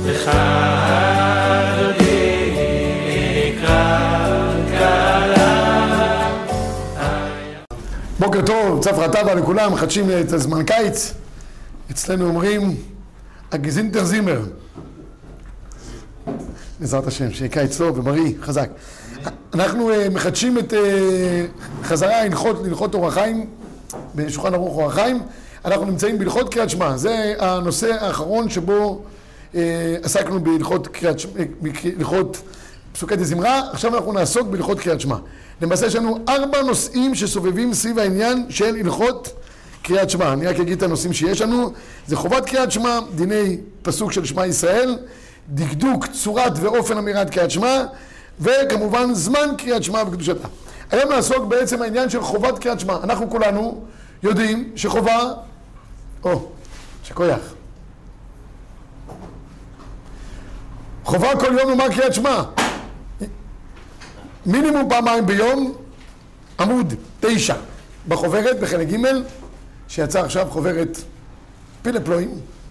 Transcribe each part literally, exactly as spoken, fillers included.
לך אדוני אקרא קלה. בוקר טוב, צפרא טבא לכולם, מחדשים את הזמן קיץ. אצלנו אומרים הגזינטר זימר. בעזרת השם, שיהיה קיץ טוב ובריא, חזק. אנחנו מחדשים את חזרה הלכות, הלכות אור החיים, בשולחן ערוך אור החיים. אנחנו נמצאים בהלכות קריאת שמע. זה הנושא האחרון שבו עסקנו בהלכות קריאת שמע, בהלכות פסוקי דזמרה. עכשיו אנחנו נעסוק בהלכות קריאת שמע. למעשה יש לנו ארבע נושאים שסובבים סביב העניין של הלכות קריאת שמע. אני רק אגיד את הנושאים שיש לנו. זה חובת קריאת שמע, דיני פסוק של שמע ישראל, דקדוק, צורת ואופן אמירת קריאת שמע, וכמובן זמן קריאת שמע וקדושתה. היום נעסוק בעצם העניין של חובת קריאת שמע. אנחנו כולנו יודעים שחובה, או, שכוייך. חובה כל יום לומר קריאת שמע. מינימום פעמיים ביום, עמוד תשע בחוברת, בחלק ג' שיצא עכשיו חוברת פילפלואים.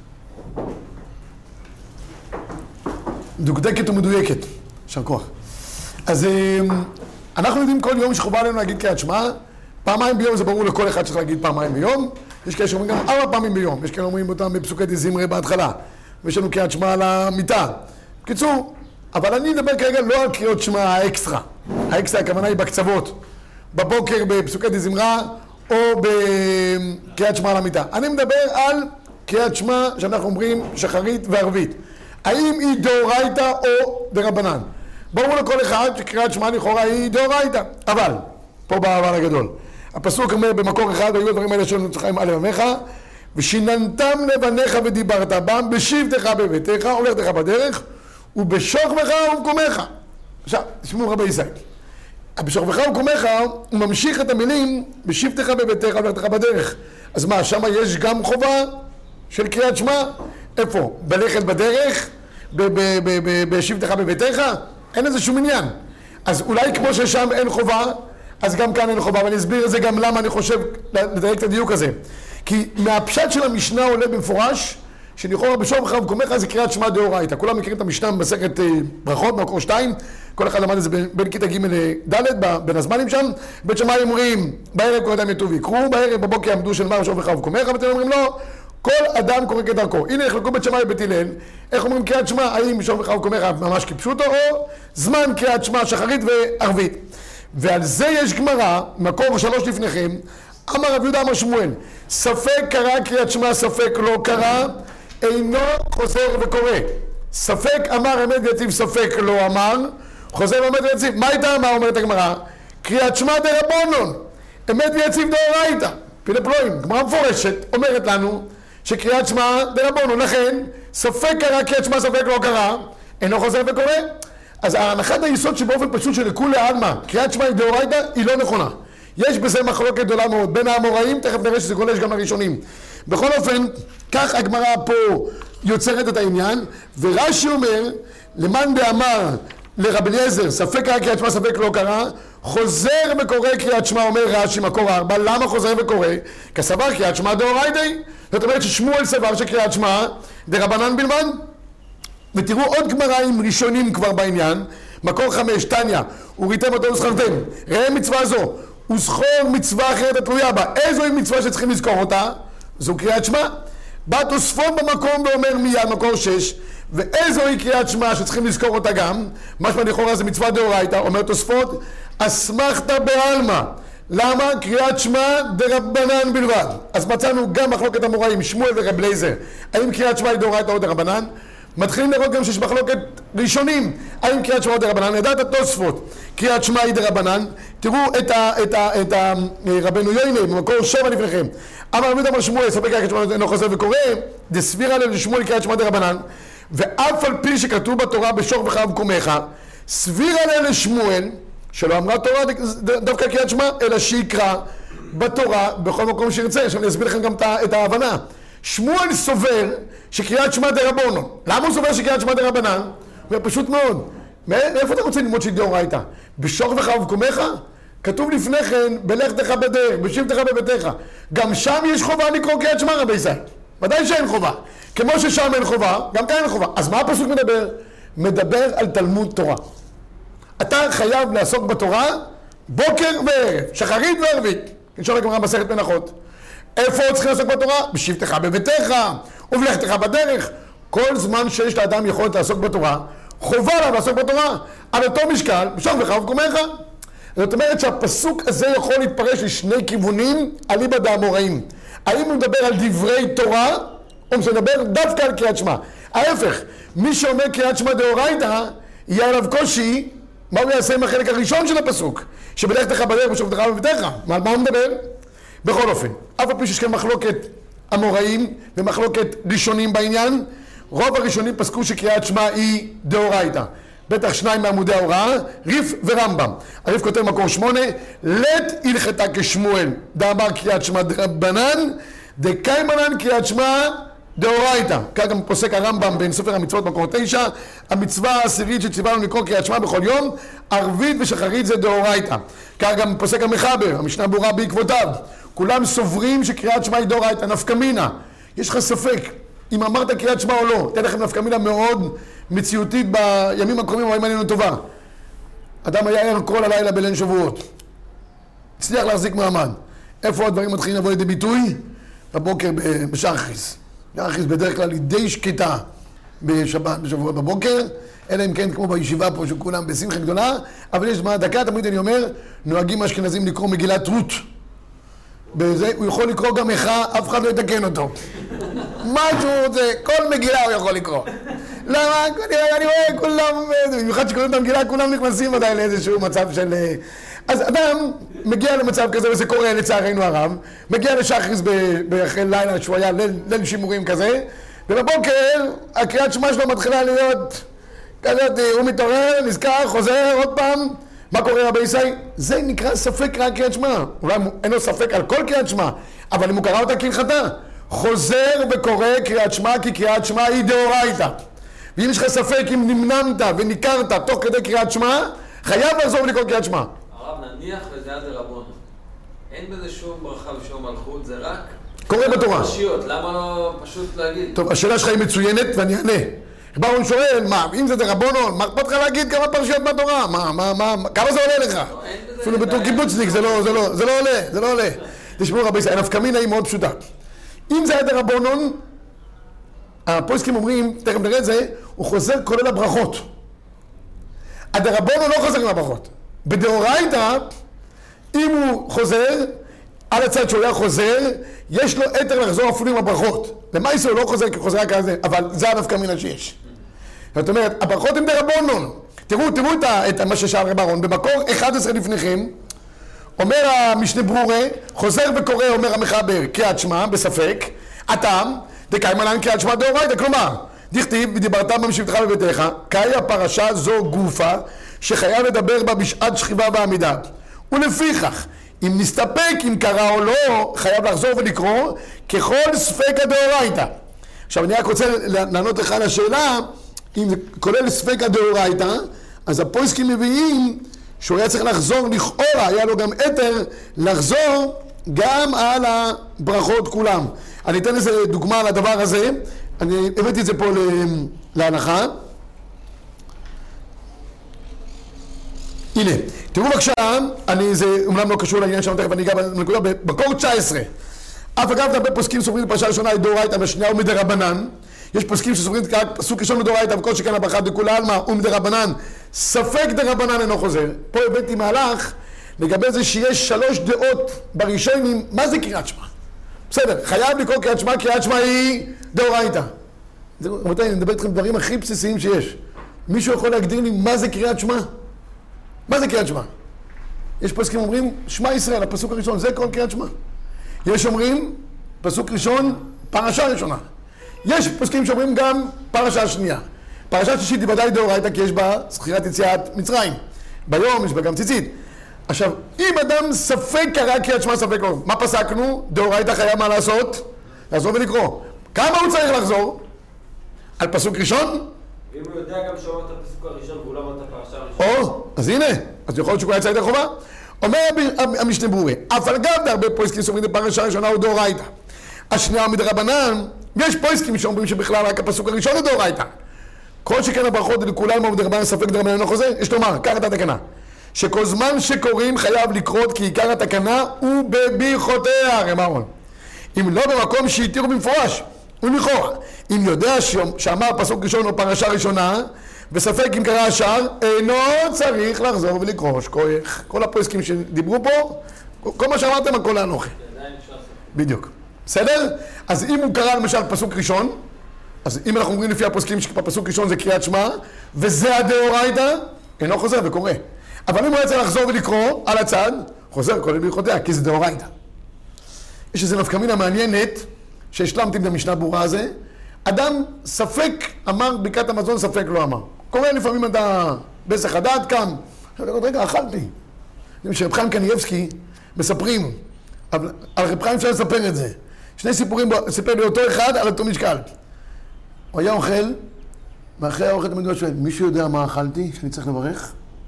דוקדקת ומדויקת. יישר כוח. אז אנחנו יודעים כל יום שחובה עלינו להגיד קריאת שמע. פעמיים ביום זה ברור לכל אחד שצריך להגיד פעמיים ביום. יש כאלה שאומרים גם ארבע פעמים ביום. יש כאלה אומרים אותם בפסוקי דזמרה בהתחלה. ויש לנו קריאת שמע על המיטה. בקיצור, אבל אני אדבר כרגע לא על קריאות שמע האקסטרה. האקסטרה הכוונה היא בקצוות. בבוקר בפסוקי דזמרה או בקריאת שמע על המיטה. אני מדבר על קריאת שמע שאנחנו אומרים שחרית וערבית. האם היא דאורייתא או דרבנן? ברור לכל אחד שקריאת שמע לכאורה היא דאורייתא. אבל, פה באבל הגדול. הפסוק אומר במקור אחד, והיו הדברים האלה שלנו צריכים על לבניך, ושיננתם לבניך ודיברת בם, בשבתך בביתך, הולכתך בדרך, ובשוכבך ובקומך. עכשיו, תשמעו רבי ישראל. בשוכבך ובקומך, הוא ממשיך את המילים, בשבתך בביתך, הולכתך בדרך. אז מה, שם יש גם חובה של קריאת שמע? איפה? בלכת בדרך? בשבתך בביתך? אין איזה שום עניין. אז אולי כמו ששם אין חובה, אז גם כאן אין חובה, ואני אסביר את זה גם למה אני חושב לדייק את הדיוק הזה. כי מהפשט של המשנה עולה במפורש, שלכאורה בשוכבך ובקומך זה קריאת שמע דאורייתא. כולם מכירים את המשנה במסכת ברכות, מקור שתיים, כל אחד למד את זה בין כיתה ג' לד' בין הזמנים שם. בית שמאי אומרים, בערב כל אדם יטוב יקראו, בערב בבוקר יעמדו של מר שוכבך ובקומך, ואתם אומרים לא, כל אדם קורא כדרכו. הנה החלקו בית שמאי ובית הלל, איך אומרים קריאת שמע, האם בשוכבך ובקומך ממש כפשוטו, או זמן קריאת שמע שחרית וערבית. ועל זה יש גמרא, מקור שלוש לפניכם, אמר רב יהודה אמר שמואל, ספק קרא קריאת שמע, ספק לא קרא, אינו חוזר וקורא. ספק אמר אמת ויציב, ספק לא אמר, חוזר ואמת ויציב. מה הייתה אמר, אומרת הגמרא? קריאת שמע דרבנן, אמת ויציב דאורייתא. פילפלואים, גמרא מפורשת, אומרת לנו שקריאת שמע דרבנן, לכן ספק קרא קריאת שמע, ספק לא קרא, אינו חוזר וקורא. אז ההנחת היסוד שבאופן פשוט שלכולי עלמא קריאת שמע היא דאורייתא היא לא נכונה. יש בזה מחלוקת גדולה מאוד בין האמוראים, תכף נראה שזה גולש גם לראשונים. בכל אופן, כך הגמרא פה יוצרת את העניין, ורש"י אומר, למאן דאמר לרבי אליעזר, ספק קרא קריאת שמע, ספק לא קרא, חוזר וקורא קריאת שמע, אומר רש"י מקור ארבע, למה חוזר וקורא? כסבר קריאת שמע דאורייתא. זאת אומרת ששמואל סבר שקריאת שמע דרבנן בלבד. ותראו עוד גמרא עם ראשונים כבר בעניין, מקור חמש, תניא, וראיתם אותו וזכרתם, ראה מצווה זו, וזכור מצווה אחרת התלויה בה. איזוהי מצווה שצריכים לזכור אותה? זו קריאת שמע. בא תוספות במקום ואומר מיד, מקור שש, ואיזוהי קריאת שמע שצריכים לזכור אותה גם, משמע לכאורה זה מצווה דאורייתא, אומר תוספות, אסמכתא בעלמא. למה? קריאת שמע דרבנן בלבד. אז מצאנו גם מחלוקת אמוראים, שמואל ורבי אליעזר, האם קריאת שמע היא דאורייתא או דרבנן? מתחילים לראות גם שיש מחלוקת ראשונים, האם קריאת שמע דרבנן? ידעת תוספות, קריאת שמע היא דרבנן. תראו את ה, את ה, את ה, רבנו יוינה במקור שבע לפניכם. אמר רבי אמר שמואל, ספק קריאת שמע אינו חוזר וקורא, דסבירא ליה לשמואל קריאת שמע דרבנן, ואף על פי שכתוב בתורה בשוכבך ובקומך, סבירא ליה לשמואל, שלא אמרה תורה דווקא קריאת שמע, אלא שיקרא בתורה בכל מקום שירצה. עכשיו אני אסביר לכם גם את ההבנה. שמואל סובר שקריאת שמע דרבנן. למה הוא סובר שקריאת שמע דרבנן? הוא פשוט מאוד. מאיפה אתה רוצה ללמוד שהיא דאורייתא? בשוכבך ובקומך? כתוב לפני כן, בלכתך בדרך, בשבתך בביתך. גם שם יש חובה לקרוא קריאת שמע רבי ישראל. ודאי שאין חובה. כמו ששם אין חובה, גם כאן אין חובה. אז מה הפסוק מדבר? מדבר על תלמוד תורה. אתה חייב לעסוק בתורה בוקר וערב, שחרית וערבית. כלשון הגמרא מסכת מנחות. איפה צריכים לעסוק בתורה? בשבתך בביתך, ובלכתך בדרך. כל זמן שיש לאדם יכולת לעסוק בתורה, חובה עליו לעסוק בתורה. על אותו משקל, בשוכבך ובקומך. זאת אומרת שהפסוק הזה יכול להתפרש לשני כיוונים אליבא דאמוראים. האם הוא מדבר על דברי תורה, או מדבר דווקא על קריאת שמע? ההפך, מי שאומר קריאת שמע דאורייתא, יהיה עליו קושי, מה הוא יעשה עם החלק הראשון של הפסוק? שבלכתך בדרך בשוכבך בביתך. על מה הוא מדבר? בכל אופן, אף על פי שיש כאן מחלוקת אמוראים ומחלוקת ראשונים בעניין, רוב הראשונים פסקו שקריאת שמע היא דאורייתא. בטח שניים מעמודי ההוראה, ריף ורמב"ם. הריף כותב מקור שמונה, לית הלכתה כשמואל, דאמר קריאת שמע דרבנן, דקיימנן קריאת שמע דאורייתא. כך גם פוסק הרמב"ם בין ספר המצוות מקור תשע, המצווה העשירית שציווה לנו לקרוא קריאת שמע בכל יום, ערבית ושחרית זה דאורייתא. כך גם פוסק המחבר, המשנה ברורה בעקבותיו. כולם סוברים שקריאת שמע היא דאורייתא, נפקא מינה. יש לך ספק אם אמרת קריאת שמע או לא, תן לכם נפקא מינה מאוד מציאותית בימים הקרובים, אבל אם עלינו טובה. אדם היה ער כל הלילה בליל שבועות. הצליח להחזיק מעמד. איפה הדברים מתחילים לבוא לידי ביטוי? בבוקר בשחריס. שחריס בדרך כלל היא די שקטה בשבת, בשבוע בבוקר, אלא אם כן כמו בישיבה פה שכולם בשמחה גדולה, אבל יש זמן דקה, תמיד אני אומר, נוהגים אשכנזים לקרוא מגילת רות. בזה הוא יכול לקרוא גם איך, אף אחד לא יתקן אותו. משהו זה, כל מגילה הוא יכול לקרוא. למה? אני רואה כולם, במיוחד שקוראים את המגילה, כולם נכנסים ודאי לאיזשהו מצב של... אז אדם מגיע למצב כזה, וזה קורה לצערנו הרב, מגיע לשחריס אחרי לילה שהוא היה ליל שימורים כזה, ובבוקר הקריאת שמע שלו מתחילה להיות כזאת, הוא מתעורר, נזכר, חוזר עוד פעם. מה קורה רבי ישי? זה נקרא ספק רק קריאת שמע. אולי אין לו ספק על כל קריאת שמע, אבל אם הוא קרא אותה כהלכתה, חוזר וקורא קריאת שמע, כי קריאת שמע היא דאורייתא. ואם יש לך ספק אם נמנמת וניכרת תוך כדי קריאת שמע, חייב לעזוב ולקרוא קריאת שמע. הרב, נניח וזה היה דרבנן. אין בזה שום ברכה ושום מלכות, זה רק... קורא בתורה. פרשיות, למה לא פשוט להגיד? טוב, השאלה שלך היא מצוינת ואני אענה. ברון שואל, מה, אם זה דרבנן, מה אכפת לך להגיד כמה פרשיות בתורה? מה, מה, מה, כמה זה עולה לך? אפילו בתור קיבוצניק, זה לא, זה לא, זה לא עולה, זה לא עולה. תשמעו רבי ישראל, נפקא מינה היא מאוד פשוטה. אם זה היה דרבנן, הפוסקים אומרים, תכף נראה את זה, הוא חוזר כולל הברכות. הדרבנן לא חוזר עם הברכות. בדאורייתא, אם הוא חוזר, על הצד שהוא היה חוזר, יש לו יתר לחזור אפילו עם הברכות. למעשה הוא לא חוזר כי הוא חוזר רק על זה, אבל זה הנפקא מינה שיש. זאת אומרת, הברכות הם דרבנן. תראו, תראו את מה ששאל רב אהרון. במקור אחד עשר לפניכם, אומר המשנה ברורה, חוזר וקורא, אומר המחבר, קריאת שמע, בספק, הטעם, דקיימנן קריאת שמע דאורייתא, כלומר, דכתיב ודיברת במשבתך בביתך, קאי הפרשה זו גופה, שחייב לדבר בה בשעת שכיבה ועמידה. ולפיכך, אם נסתפק, אם קרא או לא, חייב לחזור ולקרוא, ככל ספק הדאורייתא. עכשיו, אני רק רוצה לענות לך על השאלה, אם זה כולל ספק הדאורייתא, אז הפוסקים מביאים שהוא היה צריך לחזור לכאורה, היה לו גם יתר לחזור גם על הברכות כולם. אני אתן איזה דוגמה על הדבר הזה, אני הבאתי את זה פה להנחה. הנה, תראו בבקשה, אני, זה אומנם לא קשור לעניין שלנו, תכף אני אגע בנקודה, בקור תשע עשרה. אף אגב, הרבה פוסקים סופרים את פרשה ראשונה היא דאורייתא והשנייה הוא מדרבנן. יש פוסקים שסופרים את פסוק ראשון מדאורייתא וכל שכן הברכה דכולי עלמא הוא מדרבנן. ספק דרבנן אינו חוזר. פה הבאתי מהלך לגבי זה שיש שלוש דעות בראשונים, מה זה קריאת שמע? בסדר, חייב לקרוא קריאת שמע, קריאת שמע היא דאורייתא. רבותיי, אני מדבר איתכם דברים הכי בסיסיים שיש. מישהו יכול להגדיר לי מה זה קריאת שמע? מה זה קריאת שמע? יש פסוקים אומרים, שמע ישראל, הפסוק הראשון, זה כל קריאת שמע. יש אומרים, פסוק ראשון, פרשה ראשונה. יש פסוקים שאומרים גם פרשה שנייה. פרשה שישית היא ודאי דאורייתא, כי יש בה זכירת יציאת מצרים. ביום יש בה גם ציצית. עכשיו, אם אדם ספק קרא קריאת שמע, ספק לא. מה פסקנו? דאורייתא חייב מה לעשות? לעזור ולקרוא. כמה הוא צריך לחזור? על פסוק ראשון? ואם הוא יודע גם שאומר את הפסוק הראשון והוא לא אומר את הפרשה הראשונה. או, אז הנה, אז יכול להיות שהוא יצא ידי חובה. אומר המשנה ברורה, אף על גב בהרבה פוסקים סופרים את הפרשה הראשונה הוא דאורייתא. השנייה מדרבנן, יש פויסקים שאומרים שבכלל רק הפסוק הראשון לדאורייתא. כל שכן הברכות לכולם עובדי רבן ספק דרבנן אינו חוזר, יש לומר, קח את התקנה. שכל זמן שקוראים חייב לקרות כי עיקר התקנה הוא בברכותיה, רמרון. אם לא במקום שהתירו במפורש, ולכאורה, אם יודע שאמר פסוק ראשון או פרשה ראשונה, וספק אם קרא השאר, אינו צריך לחזור ולקרוא שכוח. כל הפוסקים שדיברו פה, כל מה שאמרתם, הכל לאנוכי. בדיוק. בסדר? אז אם הוא קרא למשל פסוק ראשון, אז אם אנחנו אומרים לפי הפוסקים שפסוק ראשון זה קריאת שמע, וזה הדאורייתא, אינו חוזר וקורא. אבל אם הוא יצא לחזור ולקרוא על הצד, חוזר כולל ברכותיה, כי זה דאורייתא. יש איזו נפקא מינה מעניינת, שהשלמתי במשנה ברורה הזה, אדם ספק אמר ברכת המזון, ספק לא אמר. קורא לפעמים אתה בהיסח הדעת קם, רגע, אכלתי. שרב חיים קניאבסקי מספרים, על רב חיים אפשר לספר את זה. שני סיפורים, סיפר לי אותו אחד על אותו משקל. הוא היה אוכל, ואחרי האוכל תמיד הוא שואל, מישהו יודע מה אכלתי, שאני צריך לברך?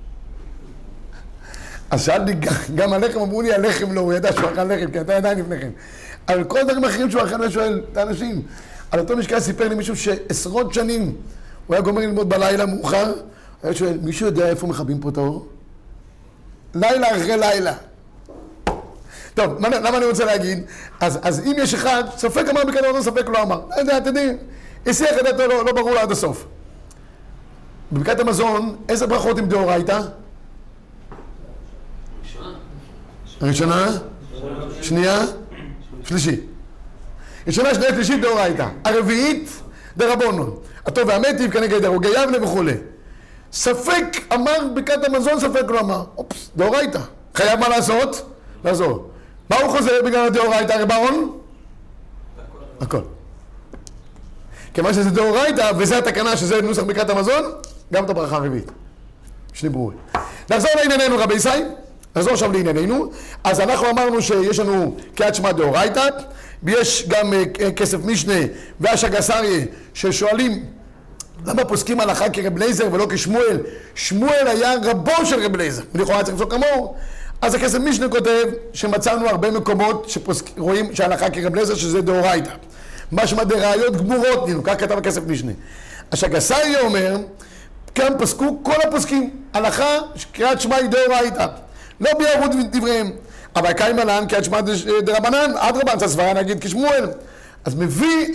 אז שאלתי, גם הלחם, אמרו לי, הלחם לא, הוא ידע שהוא אכל לחם, כי אתה ידע לפני כן. אבל כל דברים אחרים שהוא אכל ושואל את האנשים. על אותו משקל סיפר לי מישהו שעשרות שנים, הוא היה גומר ללמוד בלילה מאוחר, הוא היה שואל, מישהו יודע איפה מכבים פה את האור? לילה אחרי לילה. טוב, למה אני רוצה להגיד? אז, אז אם יש אחד, ספק אמר ברכת המזון, ספק לא אמר. לא יודע, תדעי, הסיח את דעתו, לא, לא ברור לה עד הסוף. בברכת המזון, איזה ברכות עם דאורייתא? הראשונה? שנייה? שלישית. ראשונה, שנייה, שלישית, דאורייתא. הרביעית, דרבנן. הטוב והמיטיב כנגד הרוגי יבנה וכו'. ספק אמר ברכת המזון, ספק לא אמר. אופס, דאורייתא. חייב מה לעשות? לעזור. מה הוא חוזר בגלל הדאורייתא, רבנן? הכל. כיוון שזה דאורייתא, וזה התקנה שזה נוסח ברכת המזון, גם את הברכה הרביעית. שני ברורים. נחזור לענייננו, רבי ישי. נחזור עכשיו לענייננו. אז אנחנו אמרנו שיש לנו קריאת שמע דאורייתא, ויש גם כסף משנה והשגס אריה ששואלים למה פוסקים הלכה כרב אליעזר ולא כשמואל. שמואל היה רבו של רב אליעזר, ולכאורה צריך לפסוק כמוהו. אז הכסף משנה כותב שמצאנו הרבה מקומות שרואים שההלכה כרב אליעזר שזה דאורייתא. משמע דראיות גמורות נינו, כך כתב הכסף משנה. השגס אריה אומר, כאן פסקו כל הפוסקים, הלכה קריאת שמע היא דאורייתא. לא ביערות דבריהם. אבל קיים עלן קריאת שמע דרבנן, אדרבה, זה סברה נגיד כשמואל. אז מביא,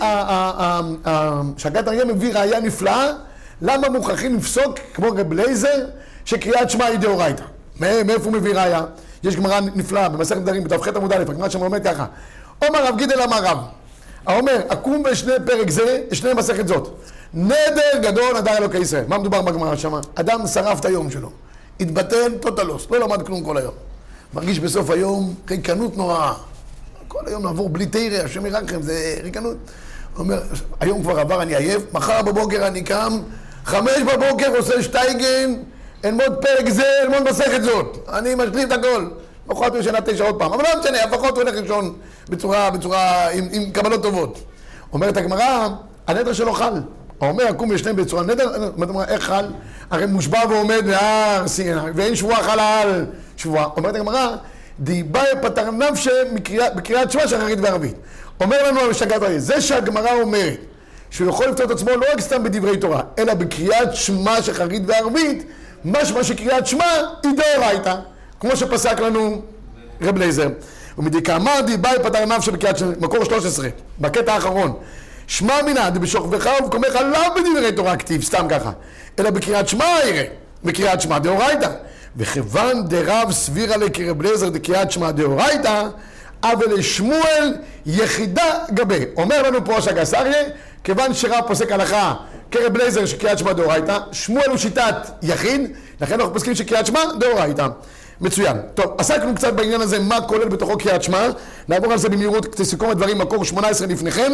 השגת אריה מביא ראיה נפלאה, למה מוכרחים לפסוק כמו רב אליעזר שקריאת שמע היא דאורייתא. מאיפה הוא מביא ראיה? יש גמרא נפלאה במסכת נדרים, בת"ח עמוד א', הגמרא שם אומרת ככה. אומר רב גידל אמר רב, האומר, אקום בשני פרק זה, שני מסכת זאת. נדר גדול נדר אלוקי ישראל. מה מדובר בגמרא שם? אדם שרף את היום שלו. התבטל טוטלוס, לא למד כלום כל היום. מרגיש בסוף היום ריקנות נוראה. כל היום לעבור בלי תירא, השם ירחם, זה ריקנות. הוא אומר, היום כבר עבר, אני עייף, מחר בבוקר אני קם, חמש בבוקר עושה שטייגן, אלמוד פרק זה, אלמוד מסכת זאת. אני משלים את הכל. מחרת הוא ישנה תשע עוד פעם, אבל לא משנה, לפחות הוא הולך לישון בצורה, בצורה, עם, עם קבלות טובות. אומרת הגמרא, הנדר שלו חל. האומר, עקום ושניהם בצורה נדר, איך חל? הרי מושבע ועומד בהר סיני, ואין שבועה חלה על שבועה. אומרת הגמרא, דיבה פטר נפשי בקריאת שמע שחרית וערבית. אומר לנו על השגת אריה, זה שהגמרא אומרת שהוא יכול לפתור את עצמו לא רק סתם בדברי תורה, אלא בקריאת שמע שחרית וערבית, משמע שקריאת שמע היא דאורייתא, כמו שפסק לנו רב אליעזר. ומדקאמר דיבה פטר נפשי בקריאת שמע, מקור שלוש עשרה, בקטע האחרון. שמע מינא דבשוכבך ובקומך לאו בדברי תורה כתיב, סתם ככה, אלא בקריאת שמע יראה, בקריאת שמע דאורייתא. וכיוון דרב סבירה לקרב אליעזר דקריאת שמע דאורייתא, אבל לשמואל יחידה גבי. אומר לנו פה השגס אריה, כיוון שרב פוסק הלכה כרב אליעזר שקריאת שמע דאורייתא, שמואל הוא שיטת יחיד, לכן אנחנו פוסקים שקריאת שמע דאורייתא. מצוין. טוב, עסקנו קצת בעניין הזה, מה כולל בתוכו קריאת שמע, נעבור על זה במהירות, תסיכום הדברים, מקור שמונה עשרה לפניכם.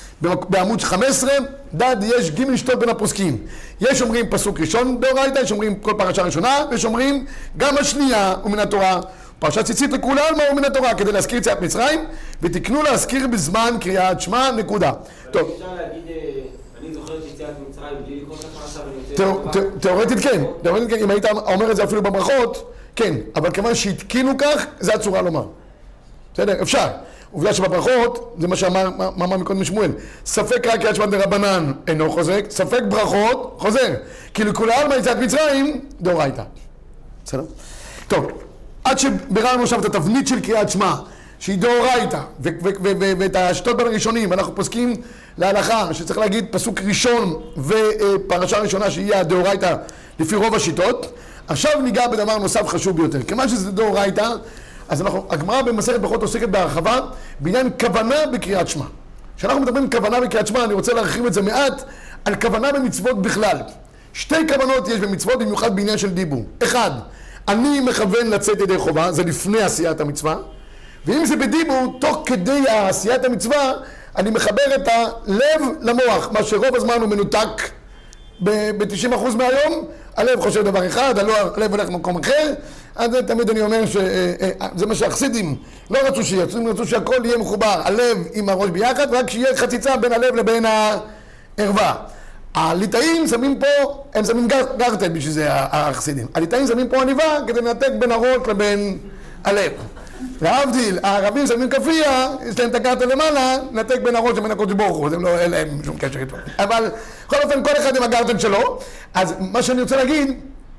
בעמוד חמש עשרה, דד יש גימל שטות בין הפוסקים. יש אומרים פסוק ראשון דאורייתא, יש אומרים כל פרשה ראשונה, ויש אומרים גם השנייה ומן התורה. פרשת ציצית לכולה על מה הוא מן התורה, כדי להזכיר יציאת מצרים, ותקנו להזכיר בזמן קריאת שמע, נקודה. טוב. אפשר להגיד, אני זוכר שיציאת מצרים בלי לקרוא את הפרשה ואני תיאורטית כן, תיאורטית כן, אם היית אומר את זה אפילו בברכות, כן, אבל כיוון שהתקינו כך, זה הצורה לומר. בסדר, אפשר. עובדה שבברכות, זה מה שאמר מאמר מקודם שמואל, ספק רק קריאת שמע דרבנן אינו חוזר, ספק ברכות חוזר. כי לכולי עלמא יציאת מצרים דאורייתא. בסדר? טוב, עד שביררנו עכשיו את התבנית של קריאת שמע, שהיא דאורייתא, ואת השיטות בין הראשונים, אנחנו פוסקים להלכה שצריך להגיד פסוק ראשון ופרשה ראשונה שהיא הדאורייתא לפי רוב השיטות. עכשיו ניגע בדבר נוסף חשוב ביותר. כיוון שזה דאורייתא, אז אנחנו, הגמרא במסכת ברכות עוסקת בהרחבה בעניין כוונה בקריאת שמע. כשאנחנו מדברים כוונה בקריאת שמע, אני רוצה להרחיב את זה מעט על כוונה במצוות בכלל. שתי כוונות יש במצוות, במיוחד בעניין של דיבור. אחד, אני מכוון לצאת ידי חובה, זה לפני עשיית המצווה. ואם זה בדיבור, תוך כדי עשיית המצווה, אני מחבר את הלב למוח, מה שרוב הזמן הוא מנותק ב-תשעים אחוז מהיום, הלב חושב דבר אחד, הלב הולך למקום אחר, אז תמיד אני אומר שזה מה שהחסידים לא רצו שיהיה, הם רצו שהכל יהיה מחובר, הלב עם הראש ביחד, רק שיהיה חציצה בין הלב לבין הערווה. הליטאים שמים פה, הם שמים גרטל בשביל זה החסידים, הליטאים שמים פה עניבה כדי לנתק בין הראש לבין הלב. להבדיל, הערבים שמים כפייה, יש להם את הגרטל למעלה, נתק בין הראש לבין הקודש ברוך הוא, לא, אין להם שום קשר איתו. אבל בכל אופן, כל אחד עם הגרטל שלו. אז מה שאני רוצה להגיד,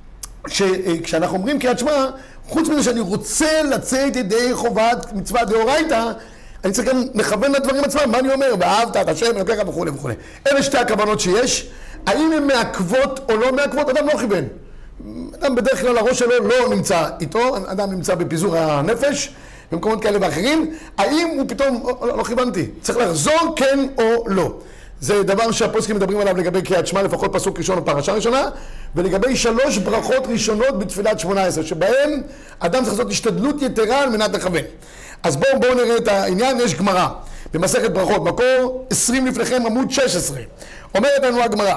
שכשאנחנו אומרים קריאת שמע, חוץ מזה שאני רוצה לצאת ידי חובת מצווה דאורייתא, אני צריך גם לכוון לדברים עצמם, מה אני אומר? ואהבת את השם, אלוקיך וכו' וכו'. אלה שתי הכוונות שיש. האם הן מעכבות או לא מעכבות? אדם לא כיוון. אדם בדרך כלל הראש שלו לא נמצא איתו, אדם נמצא בפיזור הנפש, במקומות כאלה ואחרים. האם הוא פתאום, לא, לא כיוונתי, צריך לחזור כן או לא. זה דבר שהפוסקים מדברים עליו לגבי קריאת שמע, לפחות פסוק ראשון או פרשה ראשונה, ולגבי שלוש ברכות ראשונות בתפילת שמונה עשרה, שבהם אדם צריך לעשות השתדלות יתרה על מנת לכוון. אז בואו בואו נראה את העניין. יש גמרא במסכת ברכות, מקור עשרים לפניכם עמוד שש עשרה. אומרת לנו הגמרא,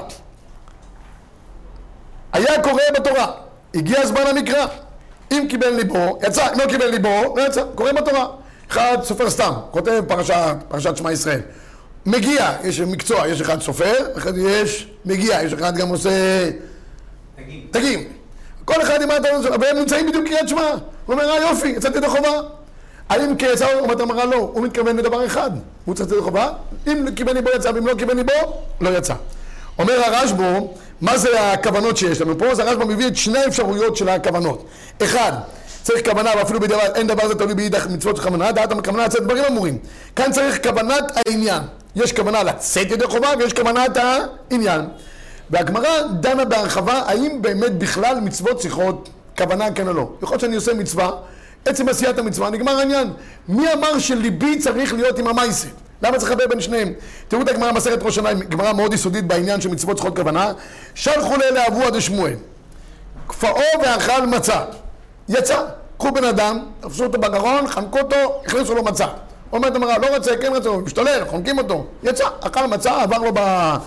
היה קורא בתורה, הגיע זמן המקרא, אם קיבל ליבו, יצא, אם לא קיבל ליבו, לא יצא, קורא בתורה. אחד סופר סתם, כותב פרשת, פרשת שמע ישראל. מגיע, יש מקצוע, יש אחד סופר, אחד יש מגיע, יש אחד גם עושה תגים. תגים. כל אחד עם האתר, והם נמצאים בדיוק קריאת שמע. הוא אומר, אה יופי, יצאתי ידי חובה. האם כיצא הוא אומרת אמרה לא, הוא מתכוון לדבר אחד, הוא יצא ידי חובה, אם קיבל ליבו יצא, ואם לא קיבל ליבו, לא יצא. אומר הרשב"א, מה זה הכוונות שיש לנו פה? אז הרשב"א מביא את שני האפשרויות של הכוונות. אחד, צריך כוונה, ואפילו בדיעבד, אין דבר זה תלוי באידך מצוות של כוונה, דעת הכוונה לצאת דברים אמורים. כאן צריך כוונת העניין. יש כוונה לצאת ידי חובה ויש כוונת העניין. והגמרא דנה בהרחבה האם באמת בכלל מצוות צריכות כוונה כן או לא. יכול להיות שאני עושה מצווה, עצם עשיית המצווה, נגמר העניין. מי אמר שליבי צריך להיות עם המעשה? למה צריך לחבר בין שניהם? תראו את הגמרא מסכת ראש השנה, גמרא מאוד יסודית בעניין של מצוות צריכות כוונה. שלחו לאלה אבוה דשמואל, כפאו ואכל מצה. יצא, קחו בן אדם, תפסו אותו בגרון, חנקו אותו, הכניסו לו מצה. אומרת אמרה, לא רצה, כן רצה, הוא משתולל, חונקים אותו. יצא, אכל מצה, עבר לו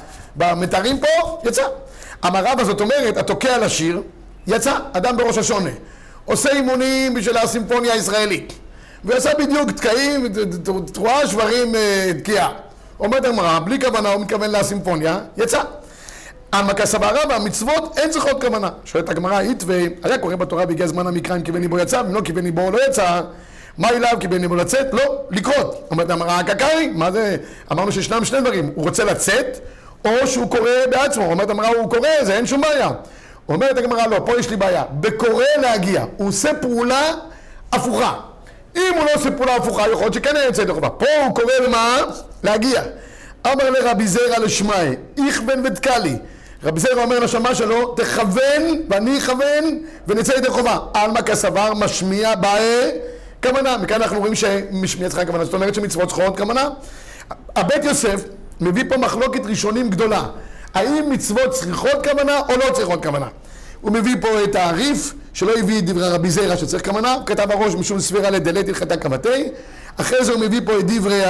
במתארים פה, יצא. המרב הזאת אומרת, התוקע לשיר, יצא, אדם בראש השונה. עושה אימונים בשביל הסימפוניה הישראלית. ועשה בדיוק תקעים, תרועה, שברים, תקיעה. אומרת אמרה, בלי כוונה, הוא מתכוון לסימפוניה, יצא. העמקה סברה והמצוות אין צריכות כוונה. שואלת הגמרא, אית והיה קורא בתורה בהגיע זמן המקרא אם כיוון ליבו יצא, אם לא כיוון ליבו לא יצא, מה אליו כיוון ליבו לצאת? לא, לקרות. אומרת הגמרא, הקקאי, מה זה? אמרנו שישנם שני דברים, הוא רוצה לצאת או שהוא קורא בעצמו. אומרת הגמרא, הוא קורא, זה אין שום בעיה. אומרת הגמרא, לא, פה יש לי בעיה. בקורא להגיע, הוא עושה פעולה הפוכה. אם הוא לא עושה פעולה הפוכה, יכול להיות שכן היה יוצא לחובה. פה הוא קורא למה? להגיע. אמר לרבי זרע לשמעי, איכוון ותקלי. רבי זרע אומר לשמה שלו, תכוון ואני אכוון ונצא ידי חובה. עלמא כסבר משמיע באי כוונה. מכאן אנחנו רואים שמשמיע צריכה כוונה. זאת אומרת שמצוות צריכות כוונה. הבית יוסף מביא פה מחלוקת ראשונים גדולה. האם מצוות צריכות כוונה או לא צריכות כוונה? הוא מביא פה את הריף שלא הביא את דברי רבי זרע שצריך כוונה. הוא כתב הראש משום ספירה לדלת הלכתה כבתי. אחרי זה הוא מביא פה את דברי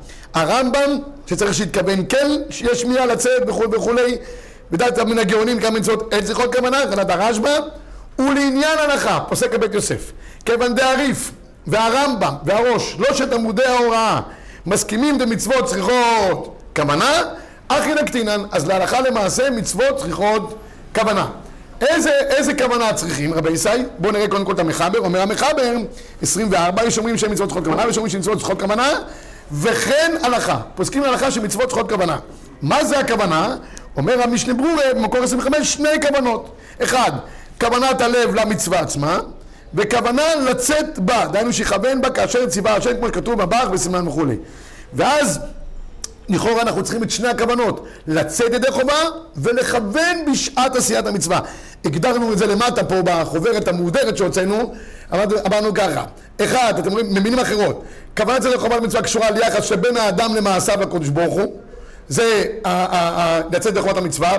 הרמב"ם שצריך שיתכוון כן, שיש שמיעה לצאת וכו' וכו'. בדעת מן הגאונים כמה מצוות אין צריכות כוונה, כנת הרשב"א. ולעניין הלכה, פוסק הבית יוסף, כיוון דהריף והרמב"ם והראש, שלושת עמודי ההוראה, מסכימים דמצוות צריכות כוונה, אחי נקטינן, אז להלכה למעשה מצוות צריכות כוונה. איזה, איזה כוונה צריכים, רבי ישי? בואו נראה קודם כל את המחבר. אומר המחבר, עשרים וארבע, יש אומרים שהם מצוות צריכות כוונה, ויש אומרים שמצוות צריכות כוונה, וכן הלכה. פוסקים להלכה שמצוות צריכות כוונה. מה זה הכוונה? אומר המשנה ברורה במקור עשרים וחמש, שני כוונות. אחד, כוונת הלב למצווה עצמה, וכוונה לצאת בה, דהיינו שיכוון בה כאשר ציווה השם, כמו שכתוב בברך בסימן וכו'. ואז לכאורה אנחנו צריכים את שני הכוונות, לצאת ידי חובה ולכוון בשעת עשיית המצווה. הגדרנו את זה למטה פה בחוברת המהודרת שהוצאנו, אמרנו ככה, אחד, אתם רואים, במילים אחרות, כוונת ידי חובה למצווה קשורה ליחס שבין האדם למעשיו לקדוש ברוך הוא, זה לצאת ידי חובת המצווה,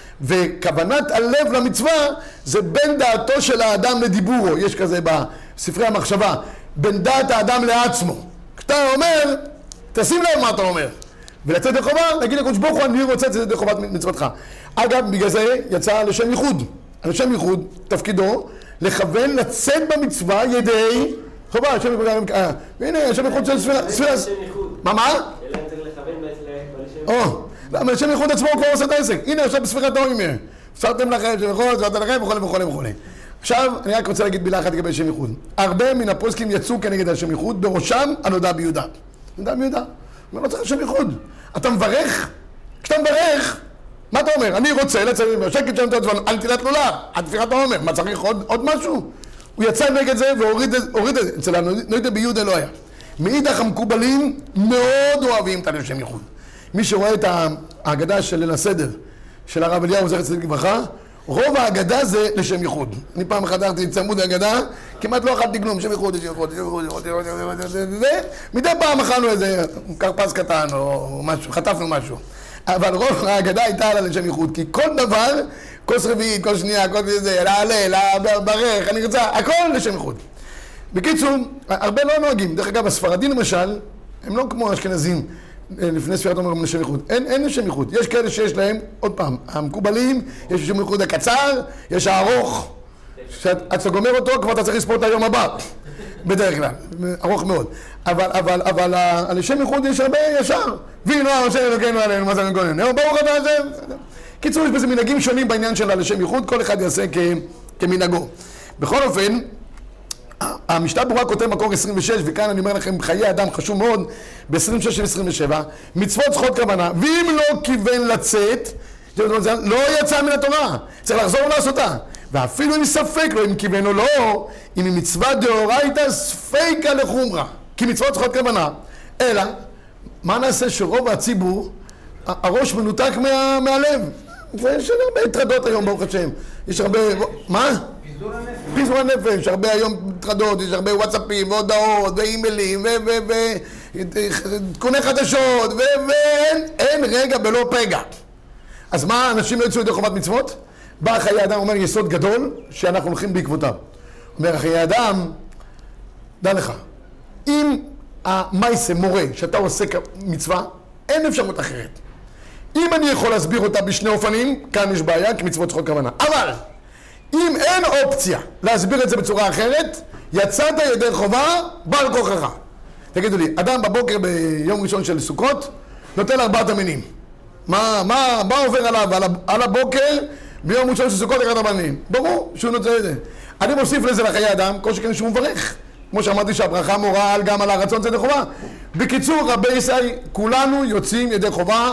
וכוונת הלב למצווה זה בין דעתו של האדם לדיבורו, יש כזה בספרי המחשבה, בין דעת האדם לעצמו. כשאתה אומר, תשים לב מה אתה אומר. ולצאת ידי חובה, נגיד לקדוש ברוך הוא, אני רוצה לצאת ידי חובת מצוותך. אגב, בגלל זה יצא לשם ייחוד. לשם ייחוד, תפקידו, לכוון לצאת במצווה ידי חובה. לשם ייחוד, והנה, לשם ייחוד של ספירה. מה, מה? אלא צריך לכוון לשם ייחוד. או, לשם ייחוד עצמו הוא כבר עושה את העסק. הנה, עכשיו בספירת האוימר. פסרתם לכם, שם ייחוד, פסרתם לכם, וכו' וכו' וכו'. עכשיו, אני רק רוצה להגיד מילה אחת לגבי שם ייחוד. הרבה מן הפוסקים יצאו כנגד השם ייחוד, בראשם הנודע ביהודה. נודע ביהודה. הוא לא צריך לשם ייחוד. אתה מברך, כשאתה מברך, מה אתה אומר? אני רוצה לצאת, שקט שם את עצמנו, אל תילת לולב, עד תפירת העומר, מה צריך עוד, עוד משהו? הוא יצא נגד זה והוריד את זה, אצל הנודע ביהודה לא היה. מאידך המקובלים מאוד אוהבים את השם ייחוד. מי שרואה את ההגדה של ליל הסדר, של הרב אליהו זכר צדיק לברכה, רוב ההגדה זה לשם ייחוד. אני פעם חדרתי צמוד ההגדה, כמעט לא אכלתי כלום, שם ייחוד, שם ייחוד, שם ייחוד, מדי פעם אכלנו איזה קרפס קטן או משהו, חטפנו משהו. אבל רוב ההגדה הייתה על לשם ייחוד, כי כל דבר, כוס רביעית, כל שנייה, כל זה, להלל, לברך, אני רוצה, הכל לשם ייחוד. בקיצור, הרבה לא נוהגים. דרך אגב, הספרדים למשל, הם לא כמו האשכנזים לפני ספירת העומר לשם ייחוד. אין, אין לשם ייחוד. יש כאלה שיש להם, עוד פעם, המקובלים, יש לשם ייחוד הקצר, יש הארוך, שאתה גומר אותו, כבר אתה צריך לספור את היום הבא. בדרך כלל, ארוך מאוד. אבל, אבל, אבל, על לשם ייחוד יש הרבה ישר. וינו השם אלוקינו עלינו, מה זה מגונן? ברוך אתה השם. קיצור, יש בזה מנהגים שונים בעניין של לשם ייחוד, כל אחד יעשה כ, כמנהגו. בכל אופן, המשנה ברורה כותב מקור עשרים ושש, וכאן אני אומר לכם, חיי אדם חשוב מאוד, ב-עשרים ושש ו-עשרים ושבע, מצוות צריכות כוונה, ואם לא כיוון לצאת, לא יצא מן התורה, צריך לחזור ולעשותה. ואפילו אם ספק לו, אם כיוון או לא, אם היא מצווה דאורייתא ספיקא לחומרא, כי מצוות צריכות כוונה. אלא, מה נעשה שרוב הציבור, הראש מנותק מה, מהלב? ויש הרבה טרדות היום, ברוך השם. יש הרבה... מה? פיזור הנפש. פיזור הנפש, הרבה היום טרדות, יש הרבה וואטסאפים והודעות ואימיילים ועדכוני חדשות ואין רגע בלא פגע. אז מה, אנשים לא יצאו ידי חובת מצוות? בא חיי אדם, אומר יסוד גדול שאנחנו הולכים בעקבותיו. אומר חיי אדם, דע לך, אם המייסה מורה שאתה עושה מצווה, אין אפשרות אחרת. אם אני יכול להסביר אותה בשני אופנים, כאן יש בעיה, כי מצוות צריכות כוונה. אבל אם אין אופציה להסביר את זה בצורה אחרת, יצאת ידי חובה, בעל כוחך. תגידו לי, אדם בבוקר ביום ראשון של סוכות, נוטל ארבעת המינים. מה, מה, מה עובר עליו על, על הבוקר ביום ראשון של סוכות אחד המינים? ברור שהוא נוטל את זה. אני מוסיף לזה לחיי אדם, כל שכן שהוא מברך. כמו שאמרתי שהברכה מורה גם על הרצון ידי חובה. בקיצור, רבי ישראל, כולנו יוצאים ידי חובה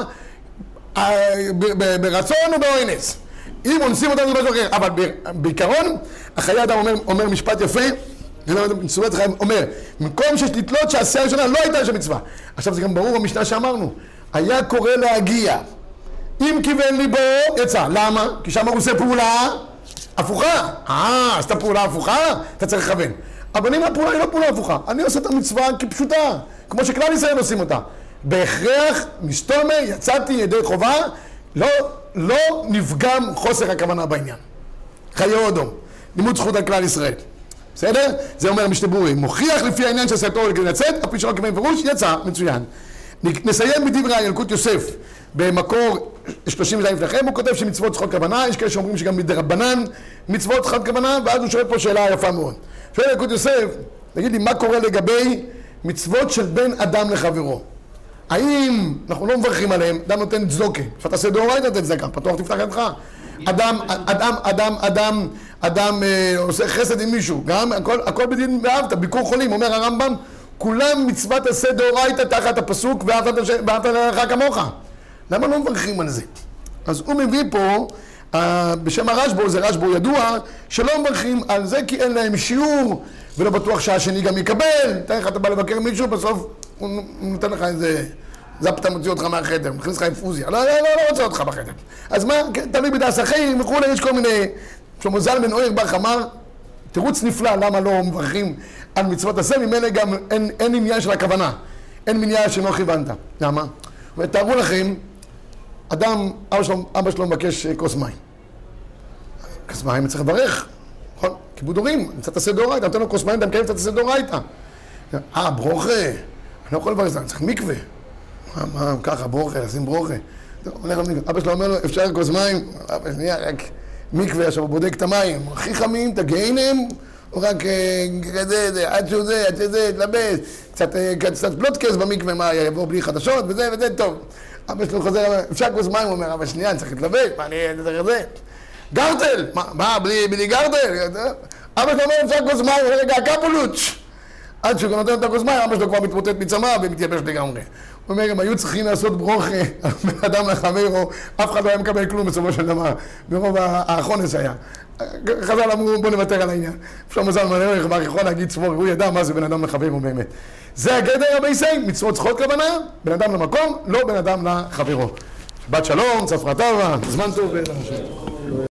ברצון ובאונס. אם אונסים אותנו זה משהו אחר, אבל בעיקרון, החיי אדם אומר, אומר משפט יפה, אומר, במקום שיש לתלות שהעשייה הראשונה לא הייתה לשם מצווה. עכשיו זה גם ברור במשנה שאמרנו, היה קורא להגיע. אם כיוון ליבו, יצא. למה? כי שם הוא עושה פעולה הפוכה. אה, עשתה פעולה הפוכה? אתה צריך לכוון. אבל אם הפעולה היא לא פעולה הפוכה, אני עושה את המצווה כפשוטה, כמו שכלל ישראל עושים אותה. בהכרח, מסתומר, יצאתי ידי חובה, לא, לא נפגם חוסר הכוונה בעניין. חיי אדם, לימוד זכות על כלל ישראל. בסדר? זה אומר משנה ברורה. מוכיח לפי העניין שעשה תורה כדי לצאת, הפי שלא כמובן פירוש, יצא, מצוין. נסיים בדברי ילקוט יוסף, במקור שלושים וזין לפניכם, הוא כותב שמצוות צריכות כוונה, יש כאלה שאומרים שגם מדרבנן מצוות צריכות כוונה, ואז הוא שואל פה שאלה יפה מאוד. שואל ילקוט יוסף, תגיד לי, מה קורה לגבי מצוות של בן אדם לחברו? האם אנחנו לא מברכים עליהם, אדם נותן צדוקה, שאתה עושה דאורייתא נותן צדקה, פתוח תפתח ידך. אדם, אדם, אדם, אדם, אדם עושה חסד עם מישהו, גם הכל, הכל בדין ואהבת, ביקור חולים, אומר הרמב"ם, כולם מצוות עשה דאורייתא תחת הפסוק ואהבת לרעך כמוך. למה לא מברכים על זה? אז הוא מביא פה, uh, בשם הרשב"א, זה רשב"א ידוע, שלא מברכים על זה כי אין להם שיעור, ולא בטוח שהשני גם יקבל. תראה איך אתה בא לבקר מישהו, בסוף הוא נותן לך איזה זפתה מוציא אותך מהחדר, מכניס לך אינפוזיה. לא, לא, לא, לא רוצה אותך בחדר. אז מה, תלוי בדעס החיים וכולי, יש כל מיני... שלמה זלמן אוירבך אמר, תירוץ נפלא, למה לא מברכים על מצוות עשה, ממילא גם אין, אין עניין של הכוונה. אין מניעה שלא כיוונת. למה? ותארו לכם, אדם, אבא שלו, אבא שלו מבקש כוס מים. כוס מים צריך לברך, נכון? כיבוד הורים, מצוות עשה דאורייתא, נותן לו כוס מים, אתה מקיים מצוות עשה דאורייתא. אה, ברוכה, אני לא יכול לברך, אני צריך מקווה. מה, מה, ככה, ברוכה, לשים ברוכה. אבא שלו אומר לו, אפשר כוס מים? אבא, שנייה, רק מקווה, עכשיו הוא בודק את המים. הכי חמים, את הגיהינם, או רק כזה, עד שהוא זה, עד שזה, תלבש. קצת פלוטקס במקווה, מה, יבוא בלי חדשות, וזה, וזה, טוב. אבא שלו חוזר, אפשר כוס מים, הוא אומר, אבא, שנייה, אני צריך להתלבש, מה, אני צריך את זה? גרטל! מה, בלי גרטל? אבא שלו אומר, אפשר כוס מים, רגע, הקפולוץ'. עד שהוא נותן את הכוס מים, אבא שלו כבר מתמוטט מצמא ומתייבש לגמרי. הוא אומר, הם היו צריכים לעשות ברוכה על בן אדם לחברו, אף אחד לא היה מקבל כלום בסופו של דבר, ברוב האחונס היה. חז"ל אמרו, בוא נוותר על העניין. אפשר מזל מלאך, מה יכול להגיד צבור, הוא ידע מה זה בן אדם לחברו באמת. זה הגדר הבייסי, מצוות צריכות כוונה, בן אדם למקום, לא בן אדם לחברו. שבת שלום, צפרא טבא, זמן טוב.